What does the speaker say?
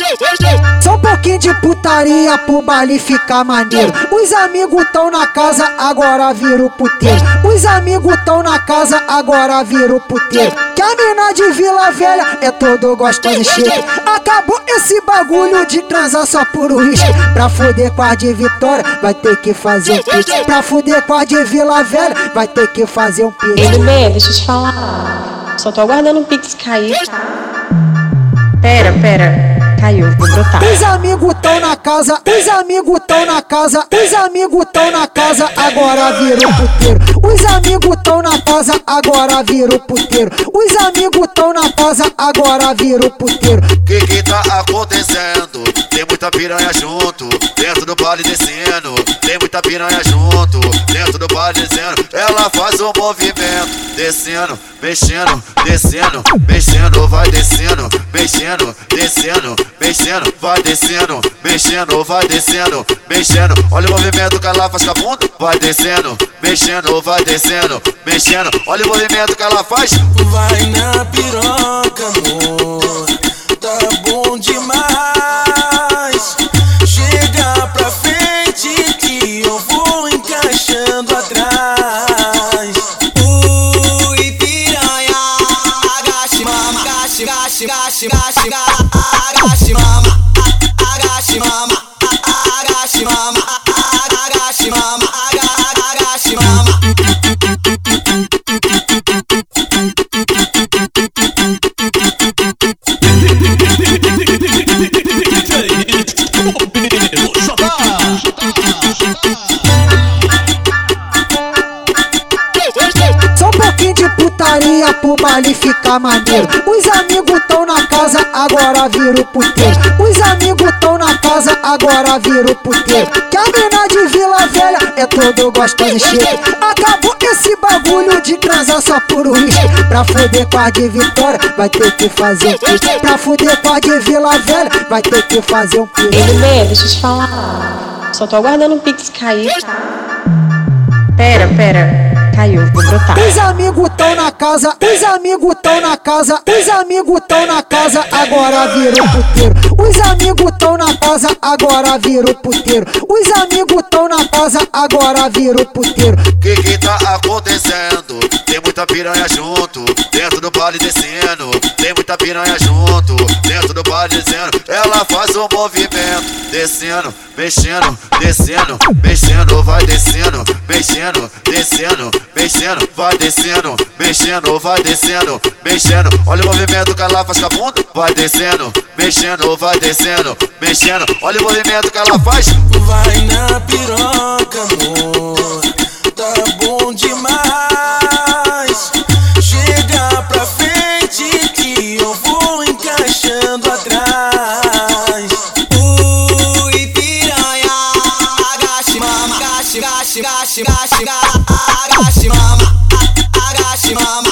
Só um pouquinho de putaria pro baile ficar maneiro. Os amigos tão na casa, agora vira o puteiro. Os amigos tão na casa, agora vira o puteiro. Que a mina de Vila Velha é todo gostosa e chique. Acabou esse bagulho de transar só por uísque. Pra fuder com a de Vitória, vai ter que fazer um pix. Pra fuder com a de Vila Velha, vai ter que fazer um pix. Ei, bebê, deixa eu te falar. Só tô aguardando o pix cair, tá? Pera. Caiu, vou brotar. Os amigos tão na casa, os amigos tão na casa, os amigos tão na casa, agora vira o puteiro. Os amigos tão na casa, agora vira o puteiro. Os amigos tão na casa, agora vira o puteiro. Que tá acontecendo? Tem muita piranha junto, dentro do baile descendo. Tem muita piranha junto, dentro do baile descendo. Ela faz um movimento, descendo, mexendo, descendo, mexendo, vai descendo, mexendo, descendo, mexendo, vai descendo, mexendo, vai descendo, mexendo. Olha o movimento que ela faz com a bunda, vai descendo, mexendo, vai descendo, mexendo. Olha o movimento que ela faz. Vai na piroca, amor, tá bom demais. Chega pra frente que eu vou encaixando atrás. Ui, piranha, agache, mama, agache, agache, agache, agache, agache, mama, agache, mama, agache, mama, agache, mama, agache, mama. Só um pouquinho de putaria pro baile ficar maneiro. Os amigos tão na casa, agora vira o puteiro. Os amigos tão na casa, agora vira o puteiro. Que a mina de Vila Velha é todo gostosa e chique. Acabou esse bagulho de transar só por uísque. Pra fuder com a de Vitória, vai ter que fazer um pix. Pra fuder com a de Vila Velha, vai ter que fazer um pix. Ei, bebê, deixa eu te falar. Só tô aguardando o pix cair, tá? Pera. Caiu, vou brotar. Os amigos tão na casa, os amigos tão na casa, os amigos tão na casa, agora vira o puteiro. Os amigos tão na casa, agora vira o puteiro. Os amigos tão na casa, agora vira o puteiro. Que tá acontecendo? Tem muita piranha junto, dentro do baile descendo. Tem muita piranha junto, dentro do baile descendo. Ela faz um movimento, descendo, mexendo, descendo, mexendo, vai descendo, mexendo, descendo, mexendo, vai descendo, mexendo, vai descendo, mexendo. Olha o movimento que ela faz com a bunda, vai descendo, mexendo, vai descendo, mexendo. Olha o movimento que ela faz. Vai na piroca, amor, tá bom demais. Chega pra frente que eu vou encaixando atrás. Ui, piranha, agache, mama, agache, agache, agache, agache, agache, mama, agache, mama.